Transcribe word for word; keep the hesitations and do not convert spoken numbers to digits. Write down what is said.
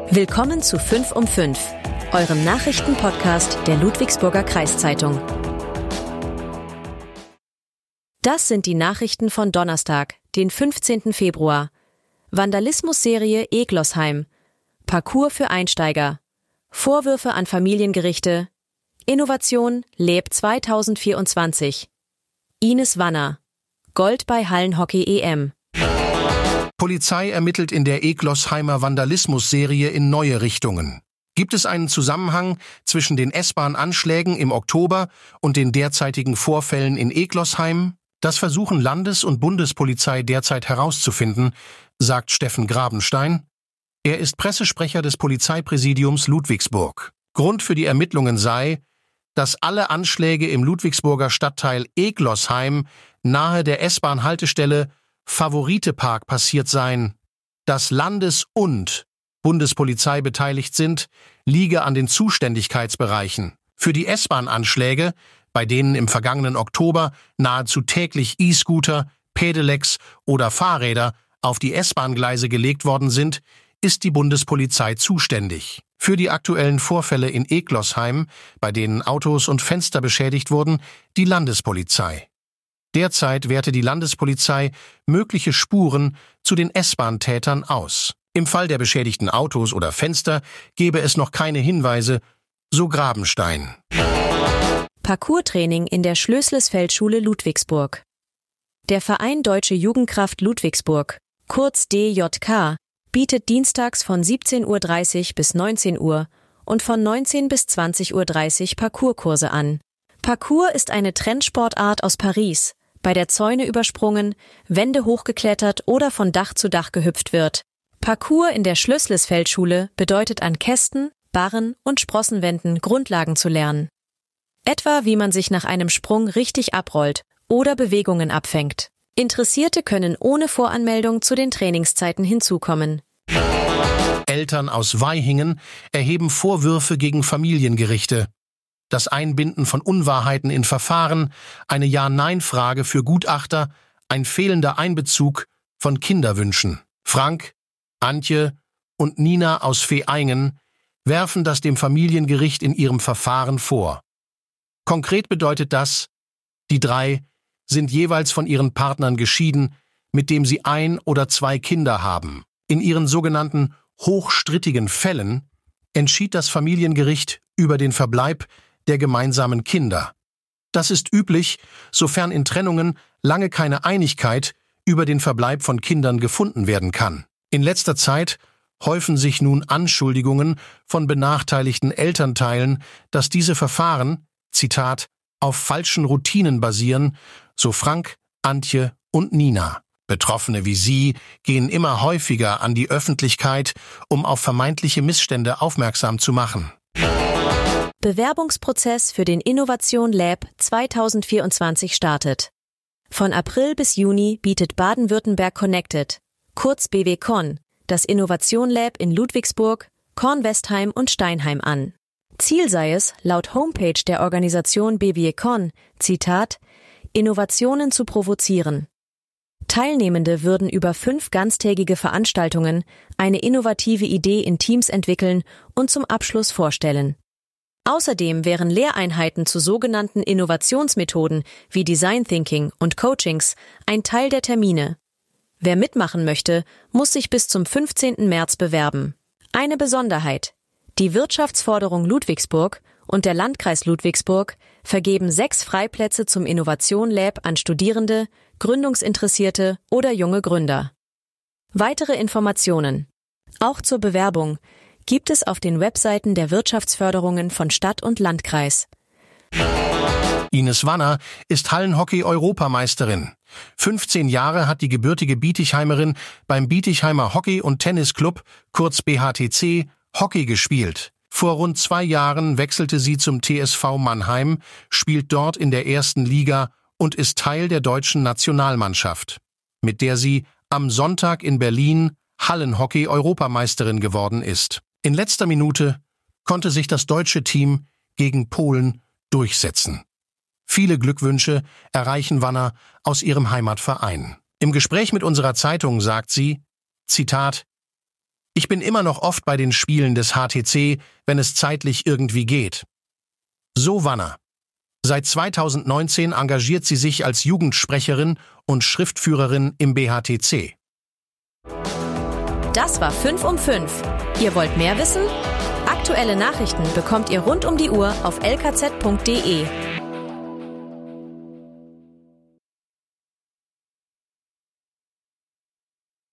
Willkommen zu fünf um fünf, eurem Nachrichtenpodcast der Ludwigsburger Kreiszeitung. Das sind die Nachrichten von Donnerstag, den fünfzehnten Februar. Vandalismusserie Eglosheim. Parcours für Einsteiger. Vorwürfe an Familiengerichte. Innovation Lab zwanzig vierundzwanzig. Ines Wanner. Gold bei Hallenhockey-E M. Polizei ermittelt in der Eglosheimer Vandalismusserie in neue Richtungen. Gibt es einen Zusammenhang zwischen den S-Bahn-Anschlägen im Oktober und den derzeitigen Vorfällen in Eglosheim? Das versuchen Landes- und Bundespolizei derzeit herauszufinden, sagt Steffen Grabenstein. Er ist Pressesprecher des Polizeipräsidiums Ludwigsburg. Grund für die Ermittlungen sei, dass alle Anschläge im Ludwigsburger Stadtteil Eglosheim nahe der S-Bahn-Haltestelle Favoritepark passiert seien. Dass Landes- und Bundespolizei beteiligt sind, liege an den Zuständigkeitsbereichen. Für die S-Bahn-Anschläge, bei denen im vergangenen Oktober nahezu täglich E-Scooter, Pedelecs oder Fahrräder auf die S-Bahn-Gleise gelegt worden sind, ist die Bundespolizei zuständig. Für die aktuellen Vorfälle in Eglosheim, bei denen Autos und Fenster beschädigt wurden, die Landespolizei. Derzeit werte die Landespolizei mögliche Spuren zu den S-Bahn-Tätern aus. Im Fall der beschädigten Autos oder Fenster gebe es noch keine Hinweise, so Grabenstein. Parcours-Training in der Schlößlesfeldschule Ludwigsburg. Der Verein Deutsche Jugendkraft Ludwigsburg, kurz D J K, bietet dienstags von siebzehn Uhr dreißig bis neunzehn Uhr und von neunzehn bis zwanzig Uhr dreißig Parcourskurse an. Parcours ist eine Trendsportart aus Paris, bei der Zäune übersprungen, Wände hochgeklettert oder von Dach zu Dach gehüpft wird. Parcours in der Schlößlesfeldschule bedeutet an Kästen, Barren und Sprossenwänden Grundlagen zu lernen. Etwa wie man sich nach einem Sprung richtig abrollt oder Bewegungen abfängt. Interessierte können ohne Voranmeldung zu den Trainingszeiten hinzukommen. Eltern aus Vaihingen erheben Vorwürfe gegen Familiengerichte. Das Einbinden von Unwahrheiten in Verfahren, eine Ja-Nein-Frage für Gutachter, ein fehlender Einbezug von Kinderwünschen. Frank, Antje und Nina aus Vaihingen werfen das dem Familiengericht in ihrem Verfahren vor. Konkret bedeutet das, die drei sind jeweils von ihren Partnern geschieden, mit dem sie ein oder zwei Kinder haben. In ihren sogenannten hochstrittigen Fällen entschied das Familiengericht über den Verbleib der gemeinsamen Kinder. Das ist üblich, sofern in Trennungen lange keine Einigkeit über den Verbleib von Kindern gefunden werden kann. In letzter Zeit häufen sich nun Anschuldigungen von benachteiligten Elternteilen, dass diese Verfahren, Zitat, auf falschen Routinen basieren, so Frank, Antje und Nina. Betroffene wie sie gehen immer häufiger an die Öffentlichkeit, um auf vermeintliche Missstände aufmerksam zu machen. Bewerbungsprozess für den Innovation Lab zwanzig vierundzwanzig startet. Von April bis Juni bietet Baden-Württemberg Connected, kurz B W Con, das Innovation Lab in Ludwigsburg, Kornwestheim und Steinheim an. Ziel sei es, laut Homepage der Organisation B W Con, Zitat, Innovationen zu provozieren. Teilnehmende würden über fünf ganztägige Veranstaltungen eine innovative Idee in Teams entwickeln und zum Abschluss vorstellen. Außerdem wären Lehreinheiten zu sogenannten Innovationsmethoden wie Design Thinking und Coachings ein Teil der Termine. Wer mitmachen möchte, muss sich bis zum fünfzehnten März bewerben. Eine Besonderheit: Die Wirtschaftsförderung Ludwigsburg und der Landkreis Ludwigsburg vergeben sechs Freiplätze zum Innovation Lab an Studierende, Gründungsinteressierte oder junge Gründer. Weitere Informationen, auch zur Bewerbung, gibt es auf den Webseiten der Wirtschaftsförderungen von Stadt und Landkreis. Ines Wanner ist Hallenhockey-Europameisterin. fünfzehn Jahre hat die gebürtige Bietigheimerin beim Bietigheimer Hockey- und Tennisclub, kurz B H T C, Hockey gespielt. Vor rund zwei Jahren wechselte sie zum T S V Mannheim, spielt dort in der ersten Liga und ist Teil der deutschen Nationalmannschaft, mit der sie am Sonntag in Berlin Hallenhockey-Europameisterin geworden ist. In letzter Minute konnte sich das deutsche Team gegen Polen durchsetzen. Viele Glückwünsche erreichen Wanner aus ihrem Heimatverein. Im Gespräch mit unserer Zeitung sagt sie, Zitat, Ich bin immer noch oft bei den Spielen des H T C, wenn es zeitlich irgendwie geht. So Wanner. Seit zweitausendneunzehn engagiert sie sich als Jugendsprecherin und Schriftführerin im B H T C. Das war fünf um fünf. Ihr wollt mehr wissen? Aktuelle Nachrichten bekommt ihr rund um die Uhr auf l k z punkt d e.